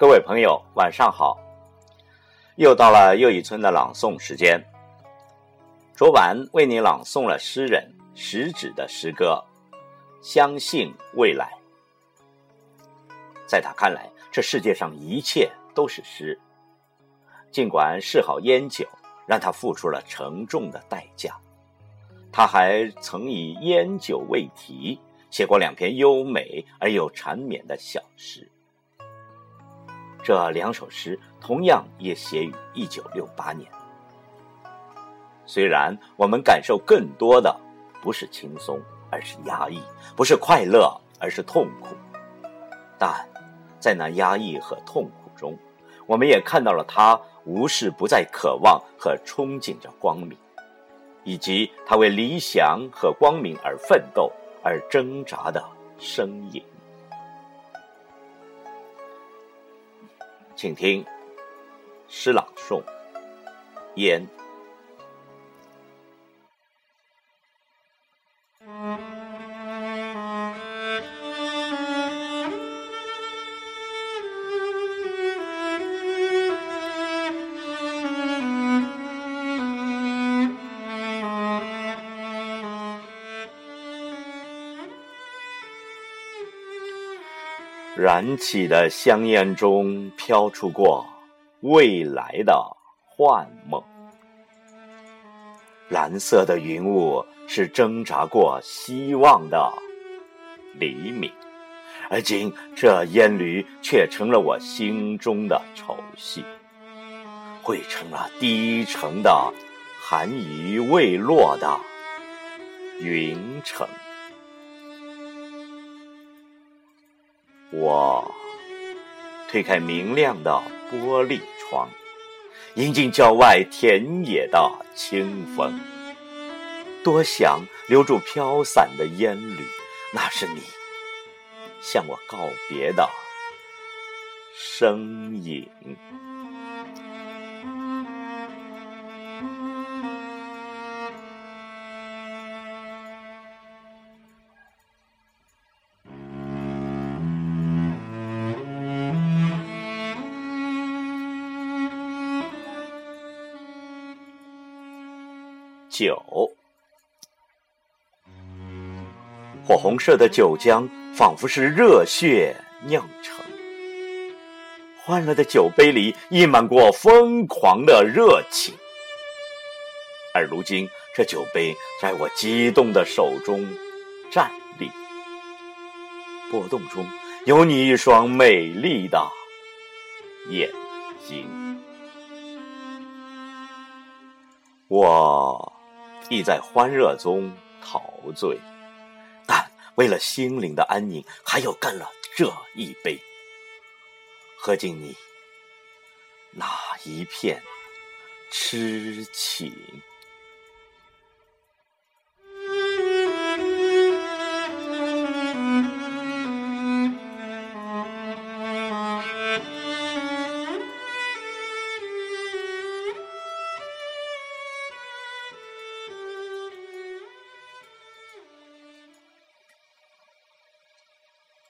各位朋友晚上好，又到了又一村的朗诵时间。昨晚为你朗诵了诗人食指的诗歌相信未来。在他看来，这世界上一切都是诗，尽管嗜好烟酒让他付出了沉重的代价，他还曾以烟酒为题写过2篇优美而又缠绵的小诗。这2首诗同样也写于1968年。虽然我们感受更多的不是轻松，而是压抑；不是快乐，而是痛苦。但在那压抑和痛苦中，我们也看到了他无时不在渴望和憧憬着光明，以及他为理想和光明而奋斗而挣扎的身影。请听诗朗诵烟。燃起的香烟中飘出过未来的幻梦，蓝色的云雾是挣扎过希望的黎明，而今这烟缕却成了我心中的愁绪，汇成了低沉的寒余未落的云层。我推开明亮的玻璃窗，迎进郊外田野的清风。多想留住飘散的烟缕，那是你向我告别的身影。酒，火红色的酒浆仿佛是热血酿成，欢乐的酒杯里溢满过疯狂的热情，而如今这酒杯在我激动的手中站立，波动中有你一双美丽的眼睛。我亦在欢热中陶醉，但为了心灵的安宁，还要干了这一杯，喝尽你那一片痴情。